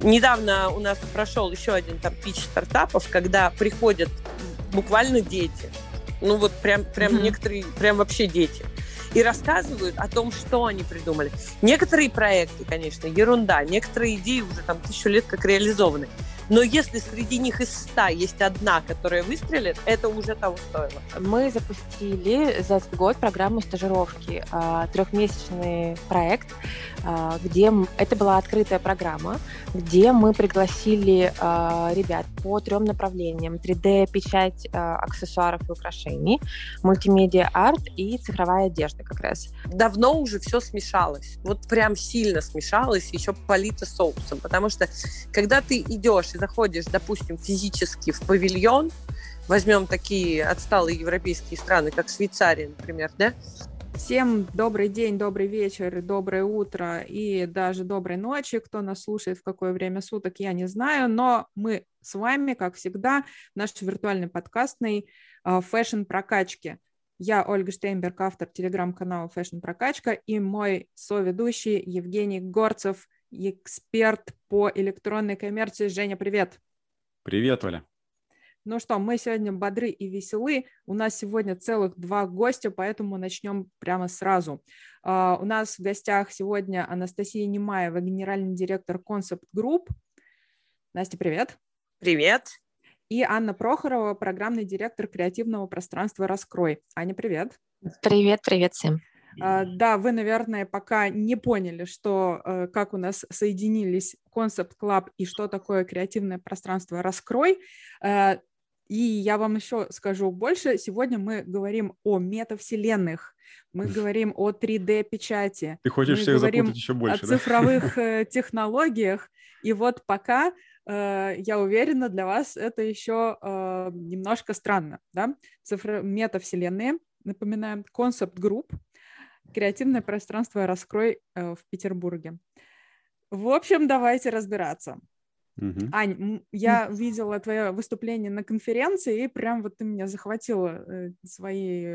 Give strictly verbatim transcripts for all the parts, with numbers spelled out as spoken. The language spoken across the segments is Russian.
Недавно у нас прошел еще один там питч стартапов, когда приходят буквально дети, ну вот прям, прям mm-hmm. некоторые, прям вообще дети, и рассказывают о том, что они придумали. Некоторые проекты, конечно, ерунда, некоторые идеи уже там тысячу лет как реализованы. Но если среди них из ста есть одна, которая выстрелит, это уже того стоило. Мы запустили за этот год программу стажировки, трехмесячный проект, где это была открытая программа, где мы пригласили ребят по трем направлениям: три дэ-печать аксессуаров и украшений, мультимедиа-арт и цифровая одежда как раз. Давно уже все смешалось, вот прям сильно смешалось, еще полито соусом, потому что когда ты идешь и заходишь, допустим, физически в павильон, возьмем такие отсталые европейские страны, как Швейцария, например, да? Всем добрый день, добрый вечер, доброе утро и даже доброй ночи. Кто нас слушает, в какое время суток, я не знаю, но мы с вами, как всегда, в нашей виртуальной подкастной фэшн-прокачке. Я Ольга Штейнберг, автор телеграм-канала «Фэшн-прокачка», и мой соведущий Евгений Горцев, эксперт по электронной коммерции. Женя, привет! Привет, Оля! Ну что, мы сегодня бодры и веселы. У нас сегодня целых два гостя, поэтому начнем прямо сразу. Uh, у нас в гостях сегодня Анастасия Немаева, генеральный директор Concept Group. Настя, привет! Привет! И Анна Прохорова, программный директор креативного пространства «Раскрой». Аня, привет! Привет, привет всем! Uh, да, вы, наверное, пока не поняли, что, uh, как у нас соединились Concept Club и что такое креативное пространство «Раскрой». Uh, и я вам еще скажу больше. Сегодня мы говорим о метавселенных, мы говорим о три дэ-печати. Ты хочешь мы всех говорим запутать еще больше, о да? цифровых технологиях. И вот пока, uh, я уверена, для вас это еще uh, немножко странно. Да? Цифро- метавселенные, напоминаем, Concept Group, креативное пространство «Раскрой» в Петербурге. В общем, давайте разбираться. Uh-huh. Ань, я видела твое выступление на конференции, и прям вот ты меня захватила своей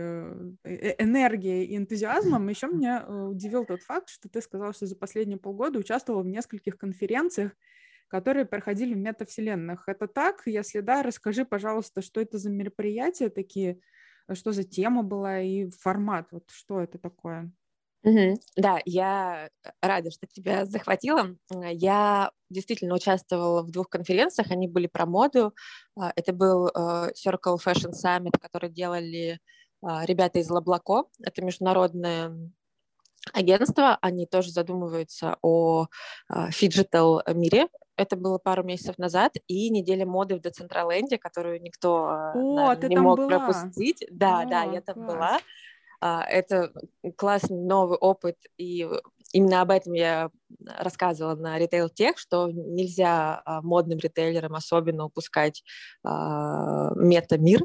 энергией и энтузиазмом. Еще меня удивил тот факт, что ты сказала, что за последние полгода участвовала в нескольких конференциях, которые проходили в метавселенных. Это так? Если да, расскажи, пожалуйста, что это за мероприятия такие, что за тема была и формат, вот что это такое? Mm-hmm. Да, я рада, что тебя захватила. Я действительно участвовала в двух конференциях, они были про моду. Это был Circle Fashion Summit, который делали ребята из Лаблако. Это международное агентство, они тоже задумываются о фиджитал мире. Это было пару месяцев назад, и неделя моды в Децентраленде, которую никто, О, наверное, ты не там мог была. пропустить. Да, О, да, я там класс. была. Это классный новый опыт, и именно об этом я рассказывала на Retail Tech, что нельзя модным ритейлерам особенно упускать мета-мир.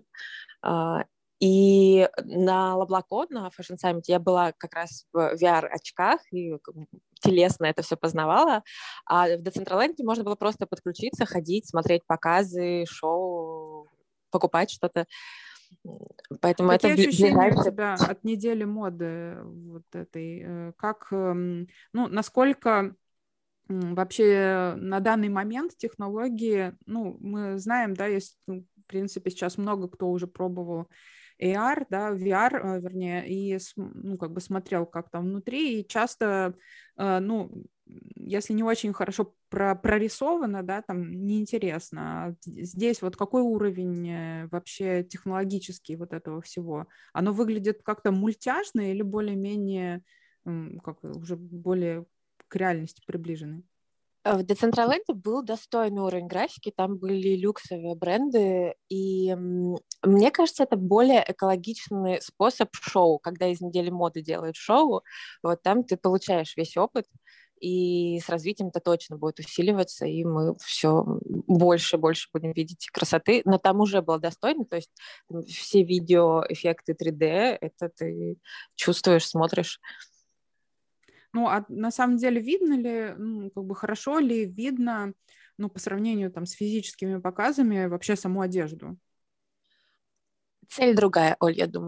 И на Лаблако, на Fashion Summit я была как раз в ви ар-очках и телесно это все познавала, а в Децентраленде можно было просто подключиться, ходить, смотреть показы, шоу, покупать что-то. Поэтому Какие это ощущения ближайшее... у тебя от недели моды вот этой? Как, ну, насколько вообще на данный момент технологии, ну, мы знаем, да, есть, в принципе, сейчас много кто уже пробовал эй ар, да, ви ар, вернее, и, ну, как бы смотрел, как там внутри, и часто, ну, если не очень хорошо про- прорисовано, да, там неинтересно. Здесь вот какой уровень вообще технологический вот этого всего? Оно выглядит как-то мультяшно или более-менее, как уже более к реальности приближены? В Децентраленде был достойный уровень графики, там были люксовые бренды, и мне кажется, это более экологичный способ шоу, когда из недели моды делают шоу, вот там ты получаешь весь опыт, и с развитием это точно будет усиливаться, и мы все больше и больше будем видеть красоты, но там уже было достойно, то есть все видеоэффекты три дэ, это ты чувствуешь, смотришь. Ну, а на самом деле видно ли, ну, как бы хорошо ли видно, ну, по сравнению там с физическими показами вообще саму одежду? Цель другая, Оль, я думаю.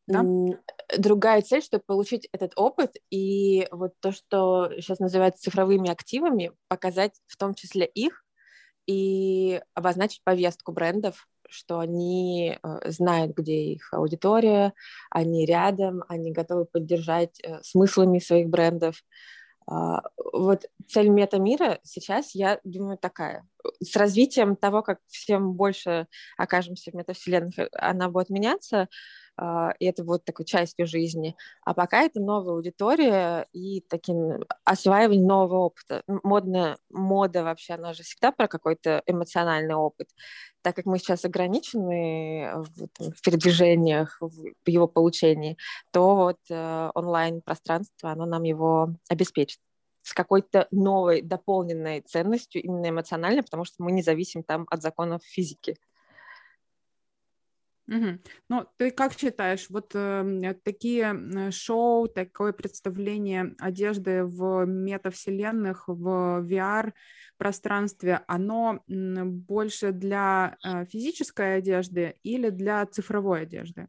да? Другая цель, чтобы получить этот опыт и вот то, что сейчас называется цифровыми активами, показать в том числе их и обозначить повестку брендов, что они э, знают, где их аудитория, они рядом, они готовы поддержать э, смыслами своих брендов. Uh, вот цель метамира сейчас, я думаю, такая. С развитием того, как всем больше окажемся в метавселенных, она будет меняться, uh, и это будет такой частью жизни. А пока это новая аудитория и таким осваивание нового опыта. Модная мода вообще, она же всегда про какой-то эмоциональный опыт. Так как мы сейчас ограничены в, в передвижениях, в его получении, то вот э, онлайн-пространство, оно нам его обеспечит с какой-то новой дополненной ценностью, именно эмоциональной, потому что мы не зависим там от законов физики. Угу. Ну, ты как считаешь, вот э, такие шоу, такое представление одежды в метавселенных, в ви ар-пространстве, оно больше для э, физической одежды или для цифровой одежды?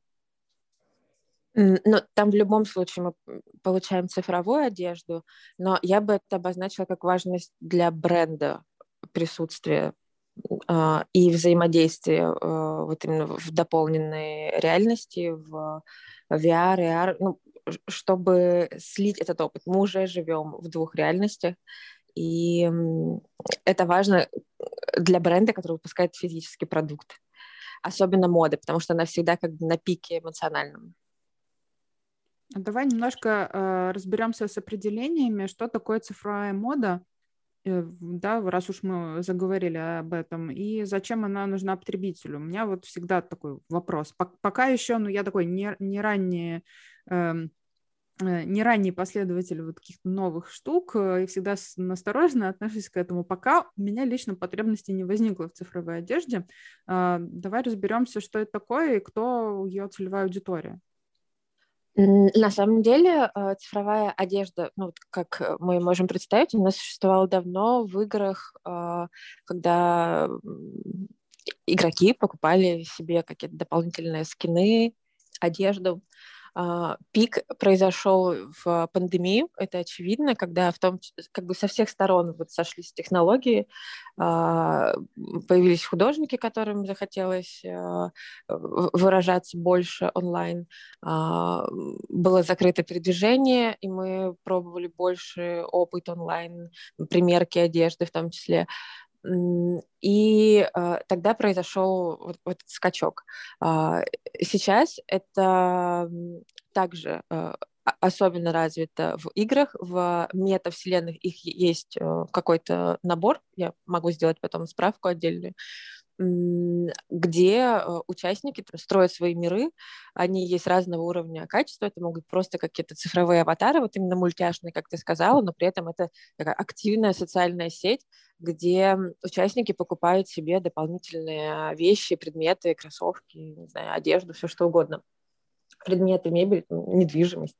Ну, там в любом случае мы получаем цифровую одежду, но я бы это обозначила как важность для бренда присутствия Uh, и взаимодействие uh, вот именно в дополненной реальности, в ви ар, эй ар, ну, чтобы слить этот опыт. Мы уже живем в двух реальностях, и um, это важно для бренда, который выпускает физический продукт, особенно моды, потому что она всегда как бы на пике эмоциональном. Давай немножко uh, разберемся с определениями, что такое цифровая мода. Да, раз уж мы заговорили об этом, и зачем она нужна потребителю? У меня вот всегда такой вопрос. Пока еще, ну, я такой не, не ранний, э, не ранний последователь вот каких-то новых штук, и всегда настороженно отношусь к этому. Пока у меня лично потребности не возникло в цифровой одежде. Э, давай разберемся, что это такое и кто ее целевая аудитория. На самом деле цифровая одежда, ну, как мы можем представить, она существовала давно в играх, когда игроки покупали себе какие-то дополнительные скины, одежду. Пик произошел в пандемию, это очевидно, когда в том, как бы со всех сторон вот сошлись технологии, появились художники, которым захотелось выражаться больше онлайн, было закрыто передвижение, и мы пробовали больше опыт онлайн, примерки одежды в том числе. И э, тогда произошел вот, вот этот скачок. Э, сейчас это также э, особенно развито в играх, в метавселенных их есть э, какой-то набор, я могу сделать потом справку отдельную, где участники там строят свои миры, они есть разного уровня качества, это могут просто какие-то цифровые аватары, вот именно мультяшные, как ты сказала, но при этом это такая активная социальная сеть, где участники покупают себе дополнительные вещи, предметы, кроссовки, не знаю, одежду, все что угодно, предметы, мебель, недвижимость.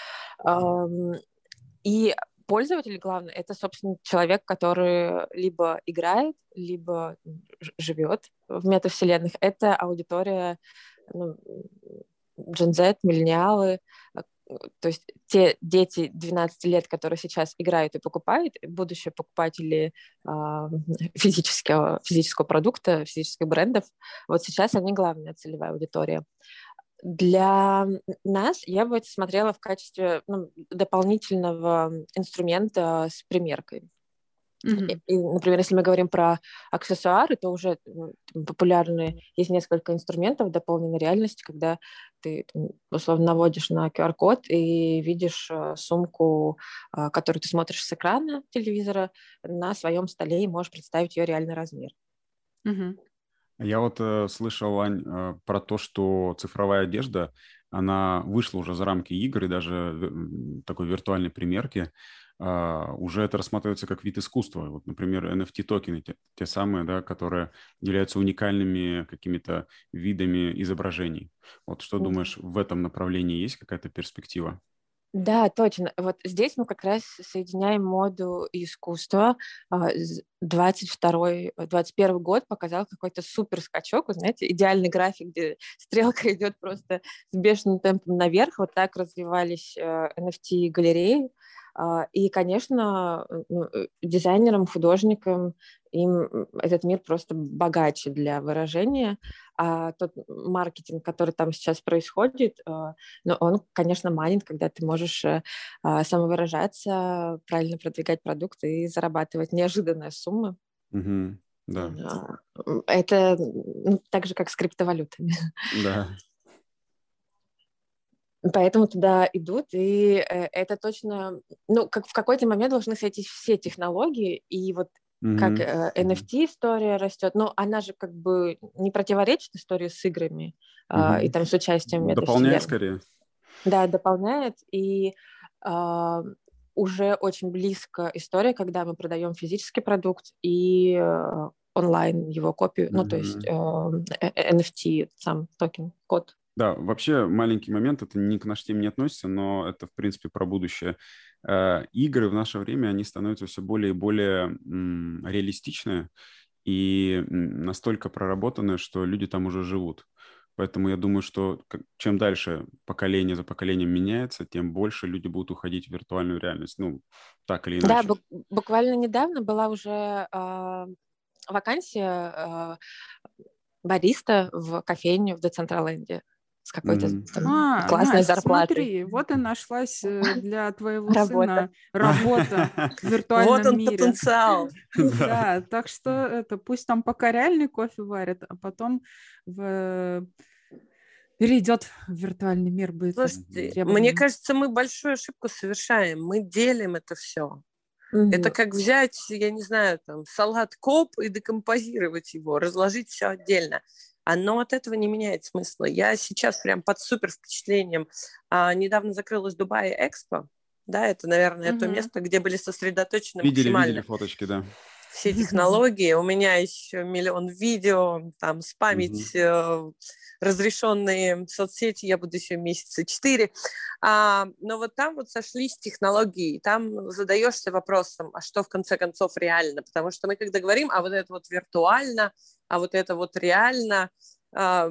И пользователь, главное, это, собственно, человек, который либо играет, либо живет в метавселенных. Это аудитория, ну, Gen Z, миллениалы, то есть те дети двенадцати лет, которые сейчас играют и покупают, будущие покупатели э, физического, физического продукта, физических брендов, вот сейчас они главная целевая аудитория. Для нас я бы это смотрела в качестве, ну, дополнительного инструмента с примеркой. Mm-hmm. И, например, если мы говорим про аксессуары, то уже популярны, есть несколько инструментов дополненной реальности, когда ты, условно, наводишь на ку ар-код и видишь сумку, которую ты смотришь с экрана телевизора, на своем столе и можешь представить ее реальный размер. Mm-hmm. Я вот э, слышал, Ань, э, про то, что цифровая одежда, она вышла уже за рамки игр и даже в, такой виртуальной примерки. Э, уже это рассматривается как вид искусства. Вот, например, эн эф ти-токены, те, те самые, да, которые являются уникальными какими-то видами изображений. Вот что mm-hmm. думаешь, в этом направлении есть какая-то перспектива? Да, точно. Вот здесь мы как раз соединяем моду и искусство. двадцать второй, двадцать первый год показал какой-то супер скачок. Вы знаете, идеальный график, где стрелка идет просто с бешеным темпом наверх. Вот так развивались эн эф ти-галереи. И, конечно, дизайнерам, художникам им этот мир просто богаче для выражения. А тот маркетинг, который там сейчас происходит, ну, он, конечно, манит, когда ты можешь самовыражаться, правильно продвигать продукты и зарабатывать неожиданные суммы. Угу. Да. Это ну, так же, как с криптовалютами. Да. Поэтому туда идут, и это точно, ну, как в какой-то момент должны сойтись все технологии, и вот mm-hmm. как э, эн эф ти-история растет, но она же как бы не противоречит истории с играми mm-hmm. э, и там с участием метавселенной. Дополняет скорее. Да, дополняет, и э, уже очень близко история, когда мы продаем физический продукт и э, онлайн его копию, mm-hmm. ну, то есть э, эн эф ти, сам токен, код. Да, вообще маленький момент, это ни к нашей теме не относится, но это, в принципе, про будущее. Э, игры в наше время, они становятся все более и более м, реалистичные и настолько проработанные, что люди там уже живут. Поэтому я думаю, что чем дальше поколение за поколением меняется, тем больше люди будут уходить в виртуальную реальность. Ну, так или иначе. Да, бу- буквально недавно была уже э, вакансия э, бариста в кофейне в Децентраленде с какой-то Мгм. там А, классной Настя, зарплатой. смотри, вот и нашлась э, для твоего Работа. сына работа в Вот виртуальном он мире. потенциал. Да. Да, так что это пусть там пока реальный кофе варит, а потом в... перейдет в виртуальный мир, будет Слушайте, востребованным. мне кажется, мы большую ошибку совершаем. Мы делим это все. Мгм. Это как взять, я не знаю, там, салат коп и декомпозировать его, разложить все отдельно. Оно от этого не меняет смысла. Я сейчас прям под супер впечатлением. А, недавно закрылась Дубай Экспо. Да, это, наверное, то Мгм. место, где были сосредоточены Видели, максимально видели фоточки, да. все технологии. У меня еще миллион видео, там с память э, разрешенные соцсети, я буду еще месяца четыре. А, но вот там вот сошлись технологии, там задаешься вопросом, а что в конце концов реально? Потому что мы когда говорим, а вот это вот виртуально, а вот это вот реально, а,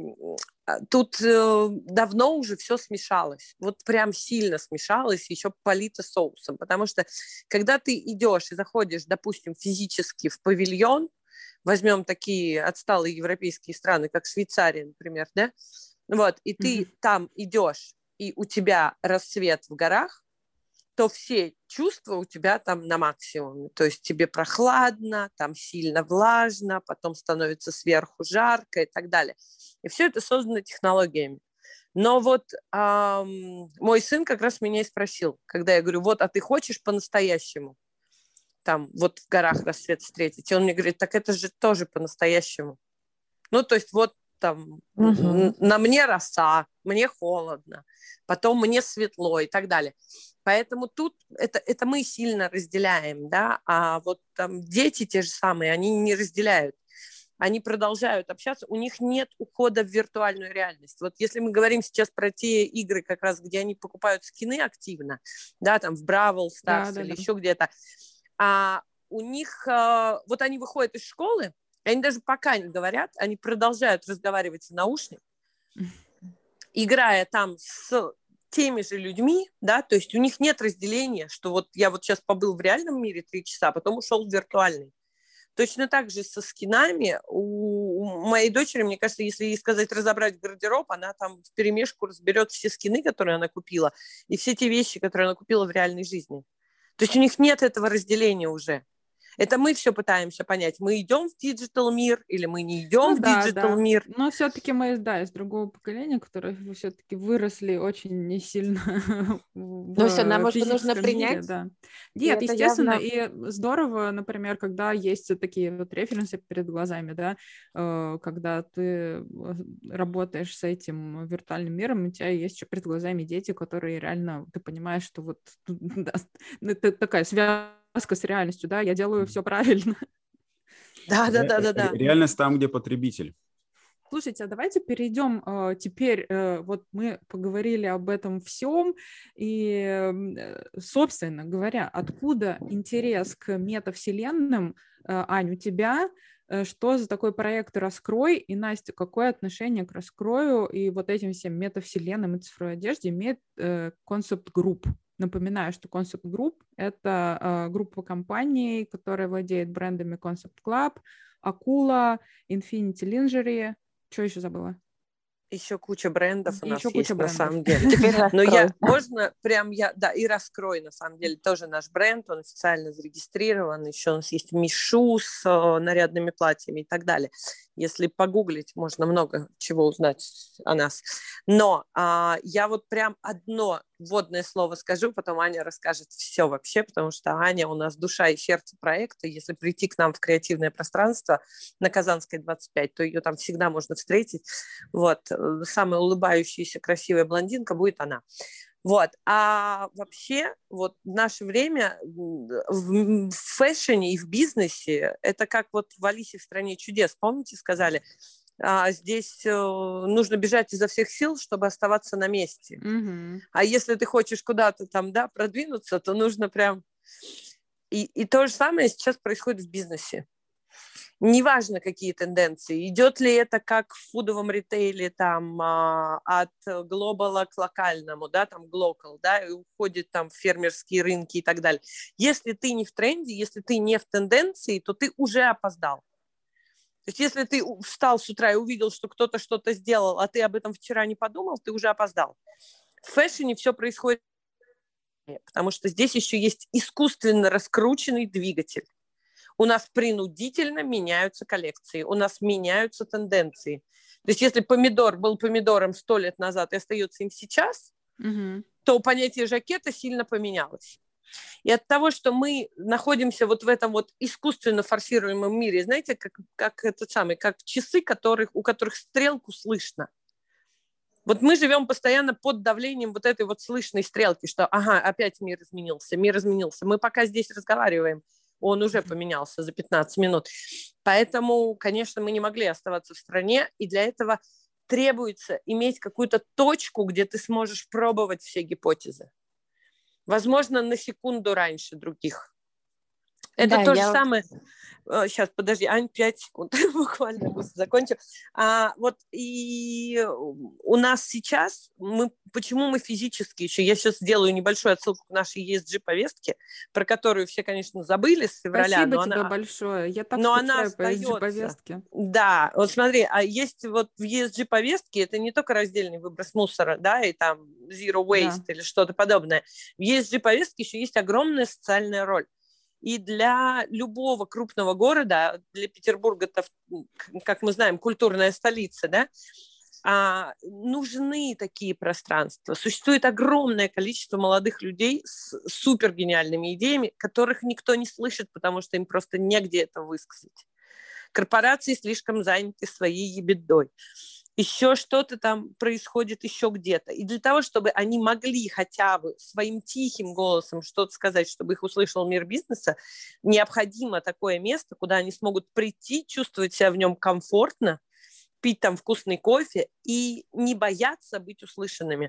тут э, давно уже все смешалось. Вот прям сильно смешалось, еще полито соусом. Потому что когда ты идешь и заходишь, допустим, физически в павильон, возьмем такие отсталые европейские страны, как Швейцария, например, да, вот, и ты mm-hmm. там идешь, и у тебя рассвет в горах, то все чувства у тебя там на максимуме. То есть тебе прохладно, там сильно влажно, потом становится сверху жарко и так далее. И все это создано технологиями. Но вот эм, мой сын как раз меня и спросил, когда я говорю, вот, а ты хочешь по-настоящему там вот в горах рассвет встретить? И он мне говорит, так это же тоже по-настоящему. Ну, то есть вот там угу. на мне роса, мне холодно, потом мне светло и так далее. Поэтому тут это, это мы сильно разделяем, да, а вот там дети те же самые, они не разделяют. Они продолжают общаться, у них нет ухода в виртуальную реальность. Вот если мы говорим сейчас про те игры, как раз где они покупают скины активно, да, там в Бравл Старс да, или да, да. еще где-то, а у них, вот они выходят из школы, они даже пока не говорят, они продолжают разговаривать в наушник, играя там с теми же людьми, да, то есть у них нет разделения, что вот я вот сейчас побыл в реальном мире три часа, а потом ушел в виртуальный. Точно так же со скинами у, у моей дочери, мне кажется, если ей сказать разобрать гардероб, она там вперемешку разберет все скины, которые она купила, и все те вещи, которые она купила в реальной жизни. То есть у них нет этого разделения уже. Это мы все пытаемся понять. Мы идем в диджитал мир или мы не идем ну, в да, диджитал да. мир. Но все-таки мы, да, из другого поколения, которые все-таки выросли очень не сильно в ну, все, нам уже физическом нужно принять. мире. Да. Нет, и естественно, явно... и здорово, например, когда есть такие вот референсы перед глазами, да, когда ты работаешь с этим виртуальным миром, у тебя есть еще перед глазами дети, которые реально, ты понимаешь, что вот да, это такая связь с реальностью, да, я делаю все правильно. Да, да, да, да, да. Реальность там, где потребитель. Слушайте, а давайте перейдем э, теперь, э, вот мы поговорили об этом всем, и, э, собственно говоря, откуда интерес к метавселенным, э, Ань, у тебя? Э, что за такой проект «Раскрой»? И, Настя, какое отношение к «Раскрою» и вот этим всем метавселенным и цифровой одежде имеет э, Concept Group? Напоминаю, что Concept Group — это э, группа компаний, которая владеет брендами Concept Club, Акула, Infinity Lingerie. Что еще забыла? Еще куча брендов у нас Еще есть куча на брендов. самом деле. Теперь Но раскрой. я, можно прям я, да, и «Раскрой» на самом деле тоже наш бренд, он официально зарегистрирован, еще у нас есть Мишу с э, нарядными платьями и так далее. Если погуглить, можно много чего узнать о нас. Но а, я вот прям одно вводное слово скажу, потом Аня расскажет все вообще, потому что Аня у нас душа и сердце проекта. Если прийти к нам в креативное пространство на Казанской двадцать пять, то ее там всегда можно встретить. Вот. Самая улыбающаяся, красивая блондинка будет она. Вот. А вообще, вот в наше время в, в фэшне и в бизнесе это как вот в «Алисе в стране чудес». Помните, сказали, а, здесь э, нужно бежать изо всех сил, чтобы оставаться на месте. Mm-hmm. А если ты хочешь куда-то там, да, продвинуться, то нужно прям... И, и то же самое сейчас происходит в бизнесе. Неважно, какие тенденции. Идет ли это как в фудовом ритейле там, а, от глобала к локальному, да, там глокал, да, и уходит там в фермерские рынки и так далее. Если ты не в тренде, если ты не в тенденции, то ты уже опоздал. То есть если ты встал с утра и увидел, что кто-то что-то сделал, а ты об этом вчера не подумал, ты уже опоздал. В фэшне все происходит, потому что здесь еще есть искусственно раскрученный двигатель. У нас принудительно меняются коллекции, у нас меняются тенденции. То есть если помидор был помидором сто лет назад и остается им сейчас, Mm-hmm. то понятие жакета сильно поменялось. И от того, что мы находимся вот в этом вот искусственно форсируемом мире, знаете, как, как этот самый, как часы, которых, у которых стрелку слышно. Вот мы живем постоянно под давлением вот этой вот слышной стрелки, что ага, опять мир изменился, мир изменился. Мы пока здесь разговариваем, он уже поменялся за пятнадцать минут. Поэтому, конечно, мы не могли оставаться в стране, и для этого требуется иметь какую-то точку, где ты сможешь пробовать все гипотезы. Возможно, на секунду раньше других. Это Да, то же я... самое. Сейчас, подожди, Ань, пять секунд, буквально просто закончу. А, вот и у нас сейчас, мы, почему мы физически еще, я сейчас сделаю небольшую отсылку к нашей и эс джи-повестке, про которую все, конечно, забыли с февраля. Спасибо но тебе она, большое. Я так но скучаю она по и эс остается. джи-повестке. Да, вот смотри, а есть вот в и эс джи-повестке, это не только раздельный выброс мусора, да, и там zero waste Да. или что-то подобное. В и эс джи-повестке еще есть огромная социальная роль. И для любого крупного города, для Петербурга, это, как мы знаем, культурная столица, да, а, нужны такие пространства. Существует огромное количество молодых людей с супергениальными идеями, которых никто не слышит, потому что им просто негде это высказать. Корпорации слишком заняты своей ебедой. Еще что-то там происходит еще где-то. И для того, чтобы они могли хотя бы своим тихим голосом что-то сказать, чтобы их услышал мир бизнеса, необходимо такое место, куда они смогут прийти, чувствовать себя в нем комфортно, пить там вкусный кофе и не бояться быть услышанными.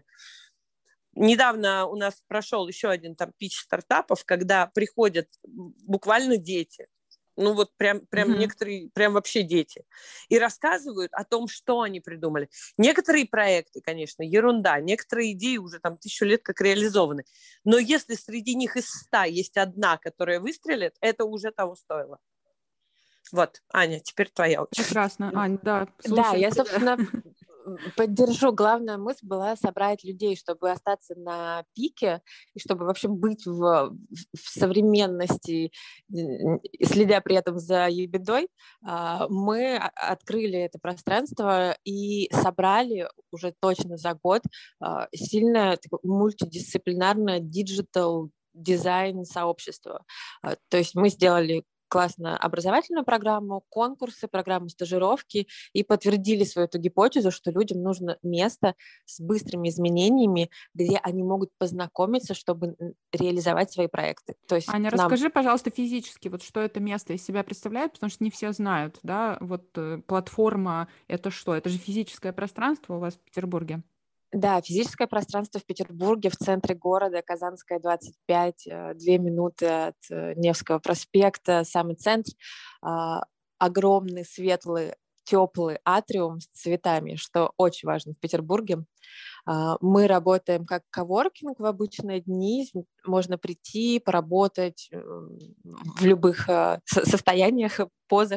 Недавно у нас прошел еще один там пич стартапов, когда приходят буквально дети, ну вот прям, прям mm-hmm. некоторые, прям вообще дети, и рассказывают о том, что они придумали. Некоторые проекты, конечно, ерунда, некоторые идеи уже там тысячу лет как реализованы, но если среди них из ста есть одна, которая выстрелит, это уже того стоило. Вот, Аня, теперь твоя очередь. Прекрасно, Ань, да. Да, я, собственно, поддержу. Главная мысль была собрать людей, чтобы остаться на пике и чтобы вообще быть в, в современности, следя при этом за ебедой. Мы открыли это пространство и собрали уже точно за год сильное мультидисциплинарное диджитал дизайн сообщество. То есть мы сделали классно образовательную программу, конкурсы, программу стажировки и подтвердили свою эту гипотезу, что людям нужно место с быстрыми изменениями, где они могут познакомиться, чтобы реализовать свои проекты. То есть Аня, нам... расскажи, пожалуйста, физически, вот что это место из себя представляет, потому что не все знают, да, вот э, платформа — это что? Это же физическое пространство у вас в Петербурге? Да, физическое пространство в Петербурге, в центре города, Казанская, двадцать пять, две минуты от Невского проспекта, самый центр, огромный, светлый, теплый атриум с цветами, что очень важно в Петербурге. Мы работаем как коворкинг в обычные дни, можно прийти, поработать в любых состояниях, позах,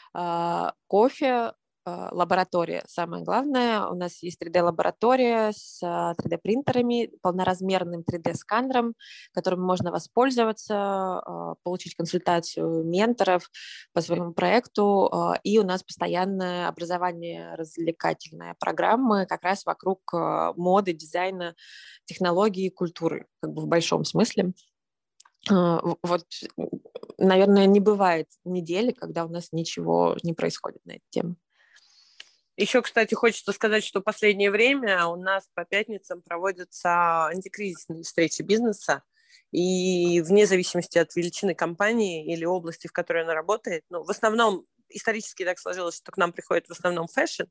кофе, лаборатория. Самое главное, у нас есть три дэ-лаборатория с три дэ-принтерами, полноразмерным три дэ-сканером, которым можно воспользоваться, получить консультацию менторов по своему проекту. И у нас постоянное образование, развлекательная программа как раз вокруг моды, дизайна, технологий и культуры, как бы в большом смысле. Вот, наверное, не бывает недели, когда у нас ничего не происходит на эту тему. Еще, кстати, хочется сказать, что в последнее время у нас по пятницам проводятся антикризисные встречи бизнеса, и вне зависимости от величины компании или области, в которой она работает, ну, в основном, исторически так сложилось, что к нам приходит в основном фэшн,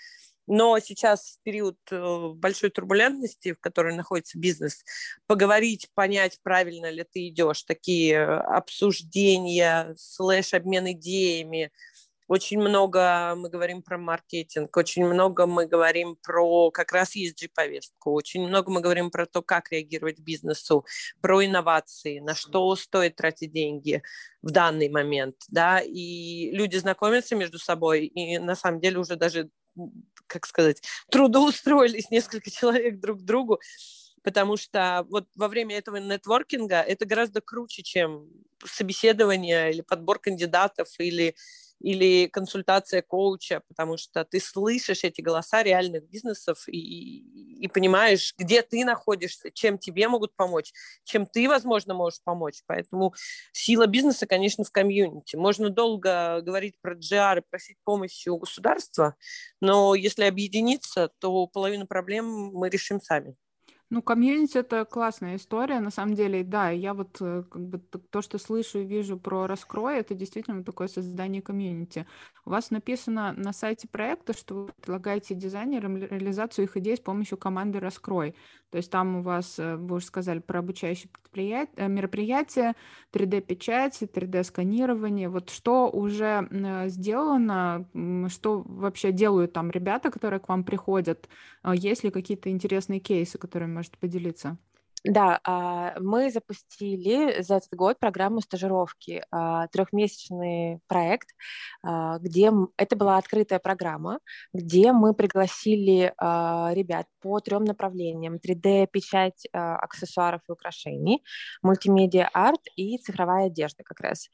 но сейчас в период большой турбулентности, в которой находится бизнес, поговорить, понять, правильно ли ты идешь, такие обсуждения, слэш-обмен идеями. Очень много мы говорим про маркетинг, очень много мы говорим про как раз и эс джи-повестку, очень много мы говорим про то, как реагировать бизнесу, про инновации, на что стоит тратить деньги в данный момент, да, и люди знакомятся между собой, и на самом деле уже даже, как сказать, трудоустроились несколько человек друг к другу, потому что вот во время этого нетворкинга это гораздо круче, чем собеседование или подбор кандидатов, или или консультация коуча, потому что ты слышишь эти голоса реальных бизнесов и, и понимаешь, где ты находишься, чем тебе могут помочь, чем ты, возможно, можешь помочь. Поэтому сила бизнеса, конечно, в комьюнити. Можно долго говорить про джи ар и просить помощи у государства, но если объединиться, то половину проблем мы решим сами. Ну, комьюнити — это классная история, на самом деле, да, я вот как бы то, что слышу и вижу про Раскрой, это действительно такое создание комьюнити. У вас написано на сайте проекта, что вы предлагаете дизайнерам реализацию их идей с помощью команды Раскрой. То есть там у вас, вы уже сказали, про обучающие мероприятия, три дэ-печать, три дэ-сканирование. Вот что уже сделано, что вообще делают там ребята, которые к вам приходят? Есть ли какие-то интересные кейсы, которыми можете поделиться? Да, мы запустили за этот год программу стажировки, трехмесячный проект, где это была открытая программа, где мы пригласили ребят по трем направлениям: три дэ-печать аксессуаров и украшений, мультимедиа-арт и цифровая одежда как раз.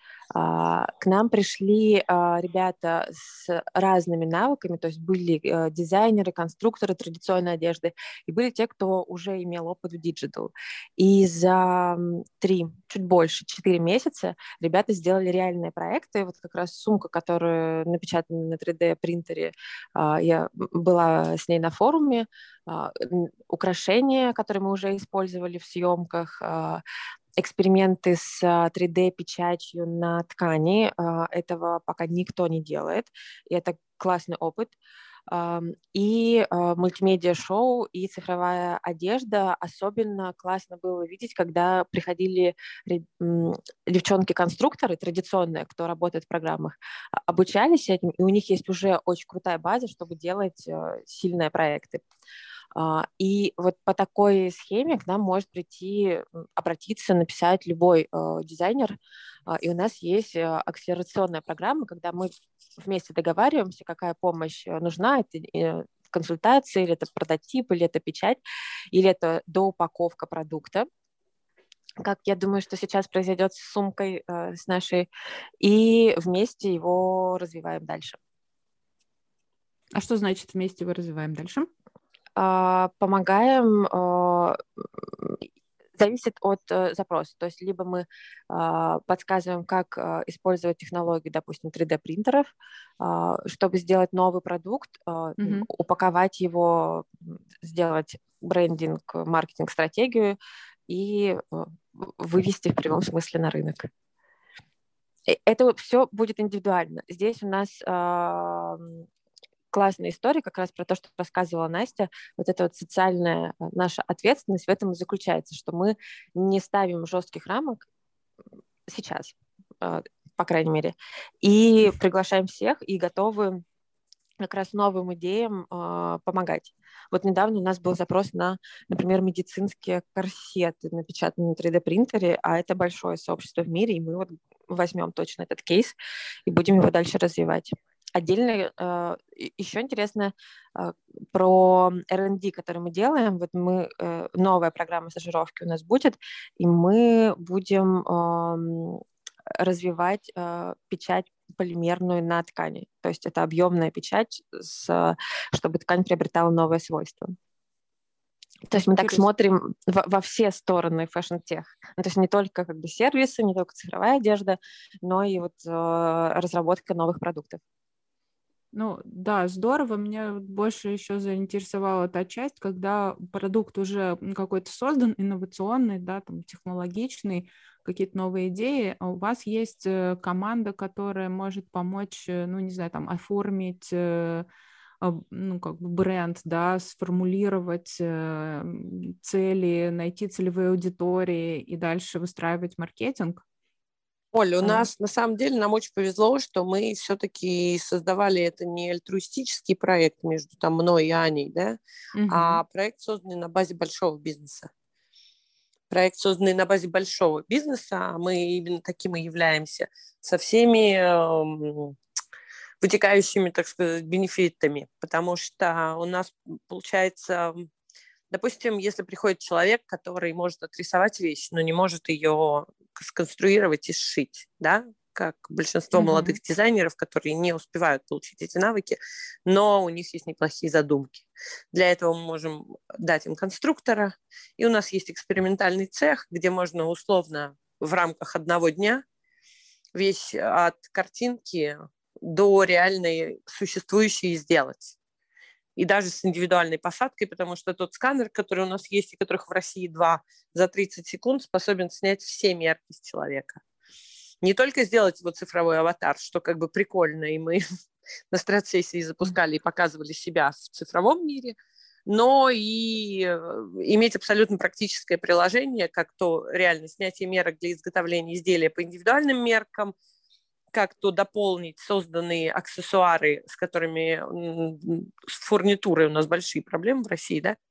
К нам пришли ребята с разными навыками, то есть были дизайнеры, конструкторы традиционной одежды, и были те, кто уже имел опыт в диджитал. И за три, чуть больше, четыре месяца ребята сделали реальные проекты. Вот как раз сумка, которая напечатана на три дэ-принтере, я была с ней на форуме, украшения, которые мы уже использовали в съемках, эксперименты с три дэ-печатью на ткани. Этого пока никто не делает, и это классный опыт. И мультимедиа-шоу, и цифровая одежда. Особенно классно было видеть, когда приходили девчонки-конструкторы традиционные, кто работает в программах, обучались этим, и у них есть уже очень крутая база, чтобы делать сильные проекты. И вот по такой схеме к нам может прийти, обратиться, написать любой дизайнер. И у нас есть акселерационная программа, когда мы вместе договариваемся, какая помощь нужна, это консультация, или это прототип, или это печать, или это доупаковка продукта, как я думаю, что сейчас произойдет с сумкой э, с нашей, и вместе его развиваем дальше. А что значит вместе его развиваем дальше? Э, помогаем э, Зависит от э, запроса. То есть либо мы э, подсказываем, как э, использовать технологии, допустим, три дэ-принтеров, э, чтобы сделать новый продукт, э, Мгм. упаковать его, сделать брендинг, маркетинг-стратегию и э, вывести в прямом смысле на рынок. Э, Это все будет индивидуально. Здесь у нас э, классная история как раз про то, что рассказывала Настя. Вот эта вот социальная э, наша ответственность в этом и заключается, что мы не ставим жестких рамок сейчас, э, по крайней мере, и приглашаем всех и готовы как раз новым идеям э, помогать. Вот недавно у нас был запрос на, например, медицинские корсеты, напечатанные на три дэ-принтере, а это большое сообщество в мире, и мы вот возьмем точно этот кейс и будем его дальше развивать. Отдельно э, еще интересно э, про эр энд ди, который мы делаем. Вот мы, э, новая программа стажировки у нас будет, и мы будем э, развивать э, печать полимерную на ткани. То есть это объемная печать, с, чтобы ткань приобретала новые свойства. То есть мы так Интересно. смотрим во, во все стороны фэшн-тех. Ну, то есть не только как бы сервисы, не только цифровая одежда, но и вот э, разработка новых продуктов. Ну, да, здорово. Меня вот больше еще заинтересовала та часть, когда продукт уже м, какой-то создан, инновационный, да, там, технологичный, какие-то новые идеи, а у вас есть э, команда, которая может помочь, э, ну, не знаю, там, оформить, э, об- ну, как бы бренд, да, сформулировать э, м, цели, найти целевые аудитории и дальше выстраивать маркетинг. Оля, у А, нас на самом деле нам очень повезло, что мы все-таки создавали это не альтруистический проект между там мной и Аней, да, а мгм. проект, созданный на базе большого бизнеса. Проект, созданный на базе большого бизнеса, а мы именно таким и являемся, со всеми эм, вытекающими, так сказать, бенефитами, потому что у нас получается, допустим, если приходит человек, который может отрисовать вещь, но не может ее сконструировать и сшить, да, как большинство Мгм. молодых дизайнеров, которые не успевают получить эти навыки, но у них есть неплохие задумки. Для этого мы можем дать им конструктора, и у нас есть экспериментальный цех, где можно условно в рамках одного дня вещь от картинки до реальной существующей сделать. И даже с индивидуальной посадкой, потому что тот сканер, который у нас есть, и которых в России два, за тридцать секунд способен снять все мерки с человека. Не только сделать его цифровой аватар, что как бы прикольно, и мы на страт-сессии запускали и показывали себя в цифровом мире, но и иметь абсолютно практическое приложение, как то реально снятие мерок для изготовления изделия по индивидуальным меркам, как то дополнить созданные аксессуары, с которыми с фурнитурой у нас большие проблемы в России, да,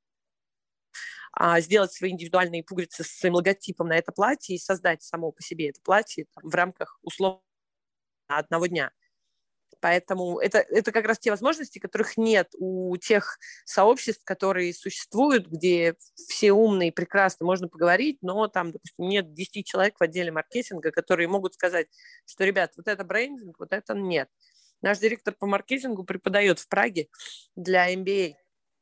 а сделать свои индивидуальные пуговицы с своим логотипом на это платье и создать само по себе это платье там, в рамках условно одного дня. Поэтому это, это как раз те возможности, которых нет у тех сообществ, которые существуют, где все умные, прекрасно, можно поговорить, но там, допустим, нет десяти человек в отделе маркетинга, которые могут сказать, что, ребят, вот это брендинг, вот это нет. Наш директор по маркетингу преподает в Праге для эм би эй,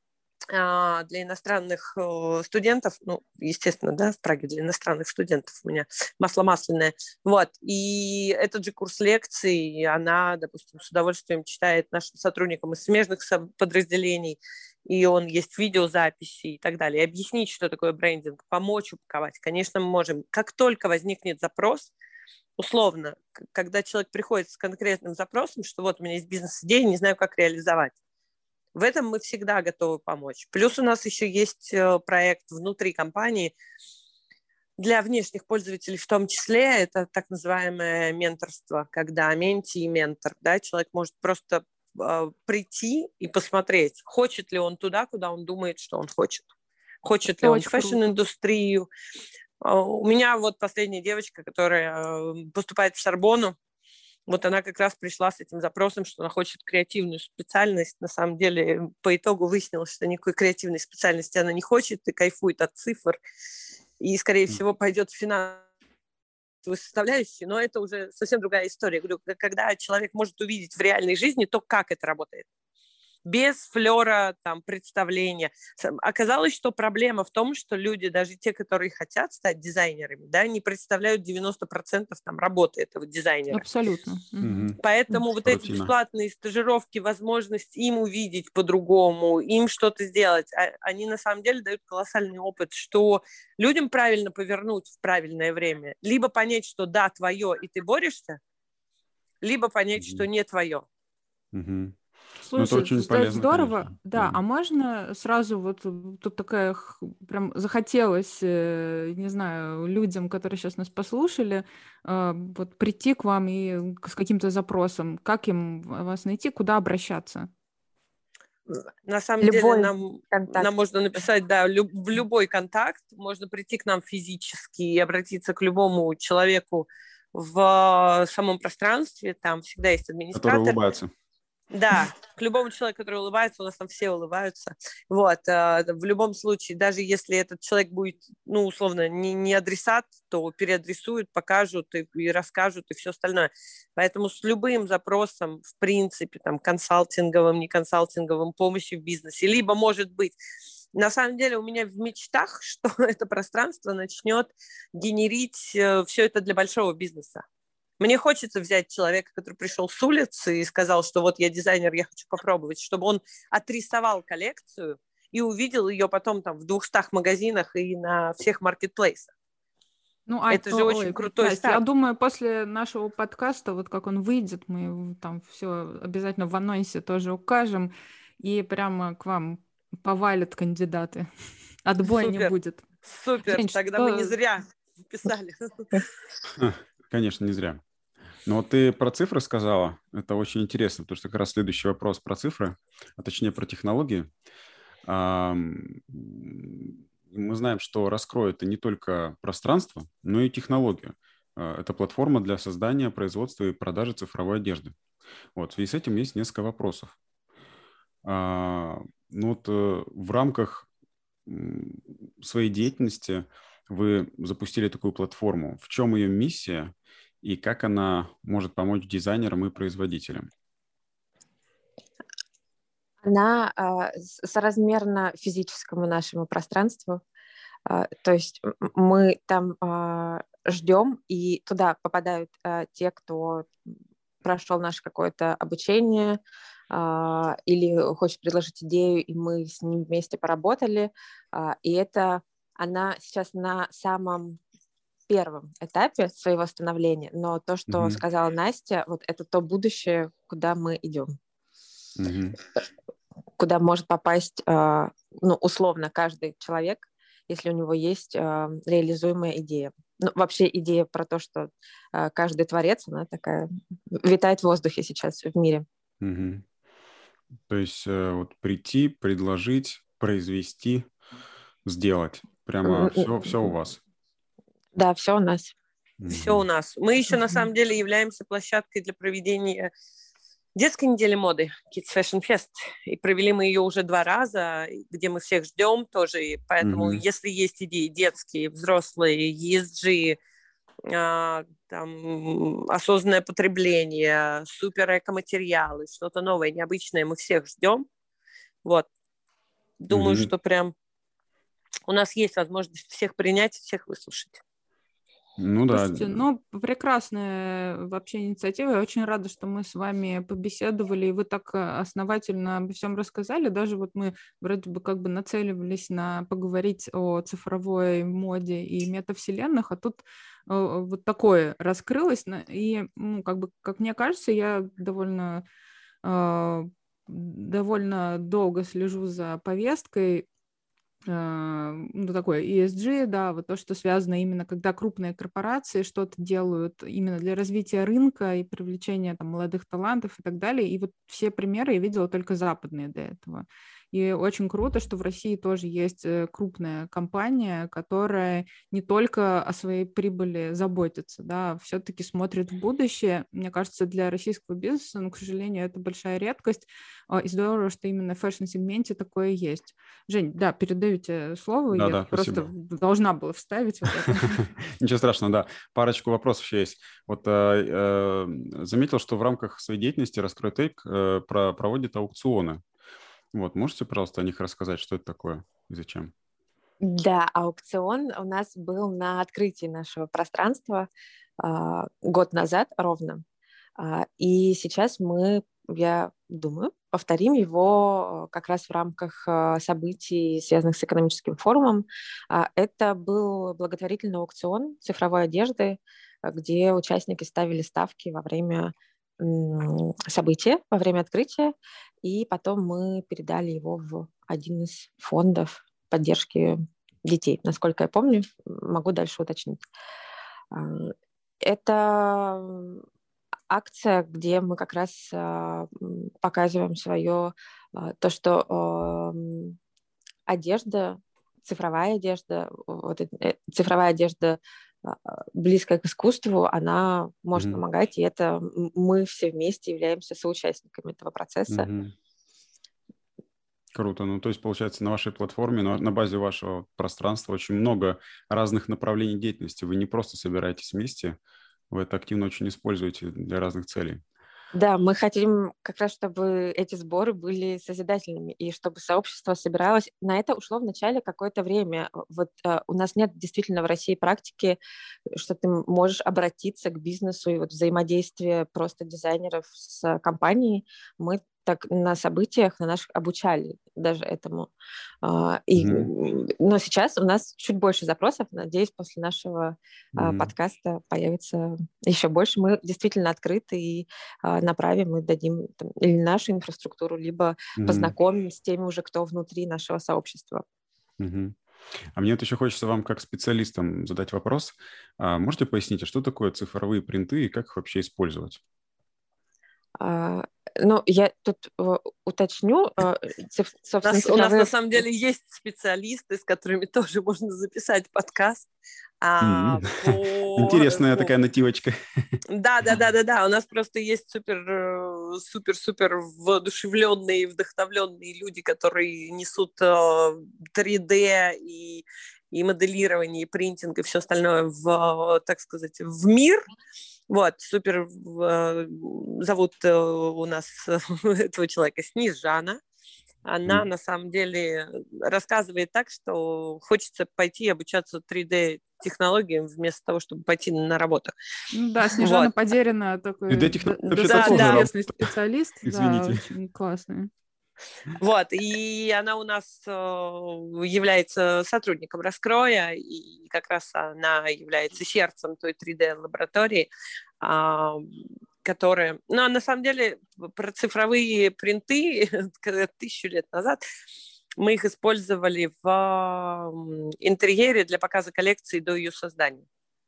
для иностранных студентов, ну, естественно, да, в Праге для иностранных студентов у меня масло масляное, вот, и этот же курс лекций она, допустим, с удовольствием читает нашим сотрудникам из смежных подразделений, и он есть видеозаписи и так далее, и объяснить, что такое брендинг, помочь упаковать, конечно, мы можем. Как только возникнет запрос, условно, когда человек приходит с конкретным запросом, что вот у меня есть бизнес-идея, не знаю, как реализовать, в этом мы всегда готовы помочь. Плюс у нас еще есть проект внутри компании для внешних пользователей в том числе. Это так называемое менторство, когда менти и ментор. Да, человек может просто э, прийти и посмотреть, хочет ли он туда, куда он думает, что он хочет. Хочет ли он в Очень круто. фэшн-индустрию. У меня вот последняя девочка, которая поступает в Сорбонну. Вот она как раз пришла с этим запросом, что она хочет креативную специальность. На самом деле, по итогу выяснилось, что никакой креативной специальности она не хочет и кайфует от цифр. И, скорее всего, пойдет в финансовую составляющую, но это уже совсем другая история. Я говорю, когда человек может увидеть в реальной жизни то, как это работает. без флера там, представления. Оказалось, что проблема в том, что люди, даже те, которые хотят стать дизайнерами, да, не представляют девяносто процентов там, работы этого дизайнера. Абсолютно. Mm-hmm. Поэтому mm-hmm. вот эти бесплатные стажировки, возможность им увидеть по-другому, им что-то сделать, они на самом деле дают колоссальный опыт, что людям правильно повернуть в правильное время. Либо понять, что да, твое, и ты борешься, либо понять, mm-hmm. что не твое. Mm-hmm. Слушай, очень это полезно, здорово, конечно. да, а можно сразу вот тут такая, прям захотелось, не знаю, людям, которые сейчас нас послушали, вот прийти к вам и с каким-то запросом, как им вас найти, куда обращаться? На самом любой деле нам, нам можно написать, да, люб, в любой контакт, можно прийти к нам физически и обратиться к любому человеку в самом пространстве, там всегда есть администратор. Который улыбается. Да, к любому человеку, который улыбается, у нас там все улыбаются. Вот, в любом случае, даже если этот человек будет, ну, условно, не, не адресат, то переадресуют, покажут и, и расскажут, и все остальное. Поэтому с любым запросом, в принципе, там, консалтинговым, не консалтинговым, помощи в бизнесе, либо, может быть, на самом деле у меня в мечтах, что это пространство начнет генерить все это для большого бизнеса. Мне хочется взять человека, который пришел с улицы и сказал, что вот я дизайнер, я хочу попробовать, чтобы он отрисовал коллекцию и увидел ее потом там в двухстах магазинах и на всех маркетплейсах. Ну, а, это же ой, очень крутой Настя, старт. Я думаю, после нашего подкаста, вот как он выйдет, мы там все обязательно в анонсе тоже укажем, и прямо к вам повалят кандидаты. Отбоя Супер, не будет. Супер, Жень, тогда что... мы не зря писали. Конечно, не зря. Но вот ты про цифры сказала, это очень интересно, потому что как раз следующий вопрос про цифры, а точнее про технологии. Мы знаем, что раскроет это не только пространство, но и технологию. Это платформа для создания, производства и продажи цифровой одежды. Вот, в связи с этим есть несколько вопросов. Ну вот в рамках своей деятельности вы запустили такую платформу. В чем ее миссия? И как она может помочь дизайнерам и производителям? Она э, соразмерна физическому нашему пространству. Э, то есть мы там э, ждем, и туда попадают э, те, кто прошел наше какое-то обучение э, или хочет предложить идею, и мы с ним вместе поработали. Э, и это она сейчас на самом первом этапе своего становления, но то, что mm-hmm. сказала Настя, вот это то будущее, куда мы идем, mm-hmm. куда может попасть, э, ну, условно, каждый человек, если у него есть э, реализуемая идея. Ну, вообще идея про то, что э, каждый творец, она такая, витает в воздухе сейчас в мире. Mm-hmm. То есть э, вот прийти, предложить, произвести, сделать. Прямо mm-hmm. все, все у вас. Да, все у нас. Все у нас. Мы еще на самом деле являемся площадкой для проведения детской недели моды Kids Fashion Fest. И провели мы ее уже два раза, где мы всех ждем тоже. И поэтому, mm-hmm. если есть идеи детские, взрослые, и эс джи, а, там, осознанное потребление, супер экоматериалы, что-то новое, необычное, мы всех ждем. Вот. Думаю, mm-hmm. что прям у нас есть возможность всех принять, всех выслушать. Ну да. Слушайте, ну, прекрасная вообще инициатива. Я очень рада, что мы с вами побеседовали, и вы так основательно обо всем рассказали. Даже вот мы вроде бы как бы нацеливались на поговорить о цифровой моде и метавселенных, а тут вот такое раскрылось. И, ну, как бы, как мне кажется, я довольно, довольно долго слежу за повесткой, ну, такое и эс джи, да, вот то, что связано именно, когда крупные корпорации что-то делают именно для развития рынка и привлечения там молодых талантов и так далее. И вот все примеры я видела только западные до этого. И очень круто, что в России тоже есть крупная компания, которая не только о своей прибыли заботится, да, все-таки смотрит в будущее. Мне кажется, для российского бизнеса, ну, к сожалению, это большая редкость. И здорово, что именно в фэшн-сегменте такое есть. Жень, да, передаю тебе слово. Да, я да, просто спасибо. Должна была вставить вот это. Ничего страшного, да. Парочку вопросов еще есть. Вот заметил, что в рамках своей деятельности Раскрой Тейк проводит аукционы. Вот, можете, пожалуйста, о них рассказать, что это такое и зачем? Да, аукцион у нас был на открытии нашего пространства а, год назад ровно. А, и сейчас мы, я думаю, повторим его как раз в рамках а, событий, связанных с экономическим форумом. А, это был благотворительный аукцион цифровой одежды, где участники ставили ставки во время м, события, во время открытия, и потом мы передали его в один из фондов поддержки детей, насколько я помню, могу дальше уточнить. А, Это акция, где мы как раз а, м, показываем свое, а, то, что а, м, одежда, цифровая одежда, вот, э, э, цифровая одежда а, а, близкая к искусству, она может Мгм. помогать, и это м- мы все вместе являемся соучастниками этого процесса. Мгм. Круто. Ну, то есть, получается, на вашей платформе, на, на базе вашего пространства очень много разных направлений деятельности. Вы не просто собираетесь вместе, вы это активно очень используете для разных целей. Да, мы хотим как раз, чтобы эти сборы были созидательными, и чтобы сообщество собиралось. На это ушло вначале какое-то время. Вот э, у нас нет действительно в России практики, что ты можешь обратиться к бизнесу, и вот взаимодействие просто дизайнеров с компанией. Мы так на событиях, на наших обучали даже этому. А, И, Мгм. но сейчас у нас чуть больше запросов. Надеюсь, после нашего а, Мгм. подкаста появится еще больше. Мы действительно открыты и а, направим и дадим там, или нашу инфраструктуру, либо Мгм. познакомим с теми уже, кто внутри нашего сообщества. Мгм. А мне вот еще хочется вам как специалистам задать вопрос. А можете пояснить, а что такое цифровые принты и как их вообще использовать? А, Ну, я тут э, уточню, э, циф- У собственно, нас, у нас на цифровые... самом деле есть специалисты, с которыми тоже можно записать подкаст. А, М. по, Интересная по, такая нативочка. Да, да, да, да, да. У нас просто есть супер, э, супер, супер воодушевленные, вдохновленные люди, которые несут э, три дэ и, и моделирование, и принтинг, и все остальное в, так сказать, в мир. Вот, супер э, зовут э, у нас этого человека Снежана. Она Мгм. на самом деле рассказывает так, что хочется пойти обучаться три дэ-технологиям вместо того, чтобы пойти на работу. Ну да, Снежана Вот. Подерина такой три дэ-технологии до- вообще-то Да, достаточно тоже да. известный работа. специалист, да, Извините. очень классный. Вот, и она у нас э, является сотрудником раскроя, и как раз она является сердцем той три дэ-лаборатории, а, которая... Ну, а на самом деле про цифровые принты тысячу лет назад мы их использовали в м, интерьере для показа коллекции до ее создания.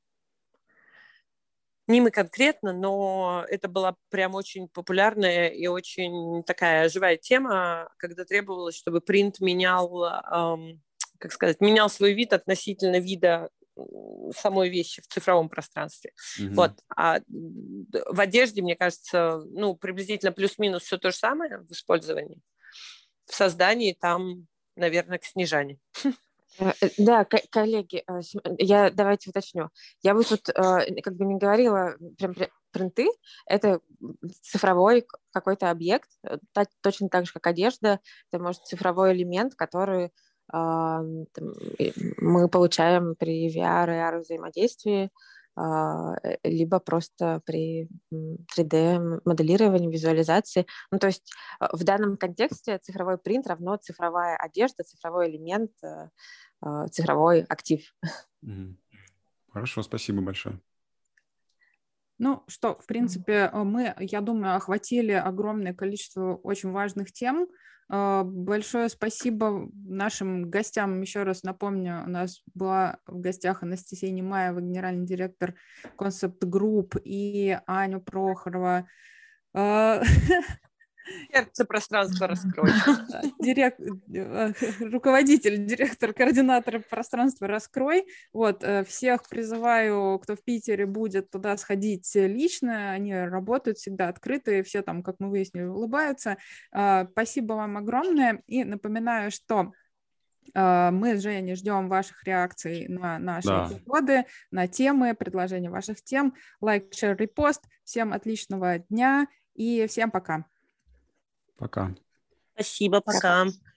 Не мы конкретно, но это была прям очень популярная и очень такая живая тема, когда требовалось, чтобы принт менял, эм, как сказать, менял свой вид относительно вида самой вещи в цифровом пространстве. Мгм. Вот. А в одежде, мне кажется, ну, приблизительно плюс-минус все то же самое в использовании. В создании там, наверное, к Снежане. Э, э, Да, ко- коллеги, э, см- я давайте уточню. Я бы тут э, как бы не говорила прям пр- принты, это цифровой к- какой-то объект, э, та- точно так же, как одежда, это может цифровой элемент, который а, там, и мы получаем при ви ар и ар взаимодействии, а, э, либо просто при м, три дэ-моделировании, визуализации. Ну, то есть э, в данном контексте цифровой принт равно цифровая одежда, цифровой элемент, э, э, цифровой актив. Мгм. Хорошо, спасибо большое. Ну что, в принципе, мы, я думаю, охватили огромное количество очень важных тем. Э, Большое спасибо нашим гостям. Еще раз напомню, у нас была в гостях Анастасия Немаева, генеральный директор Concept Group, и Аня Прохорова, э, Сердце пространства раскрой. директ, э, руководитель, директор, координатор пространства «Раскрой». Вот, э, всех призываю, кто в Питере будет, туда сходить лично. Они работают всегда открытые, все там, как мы выяснили, улыбаются. Э, Спасибо вам огромное. И напоминаю, что э, мы с Женей ждем ваших реакций на наши Да. эпизоды, на темы, предложения ваших тем. Лайк, шер, репост. Всем отличного дня и всем пока. Пока. Спасибо, пока. Пока.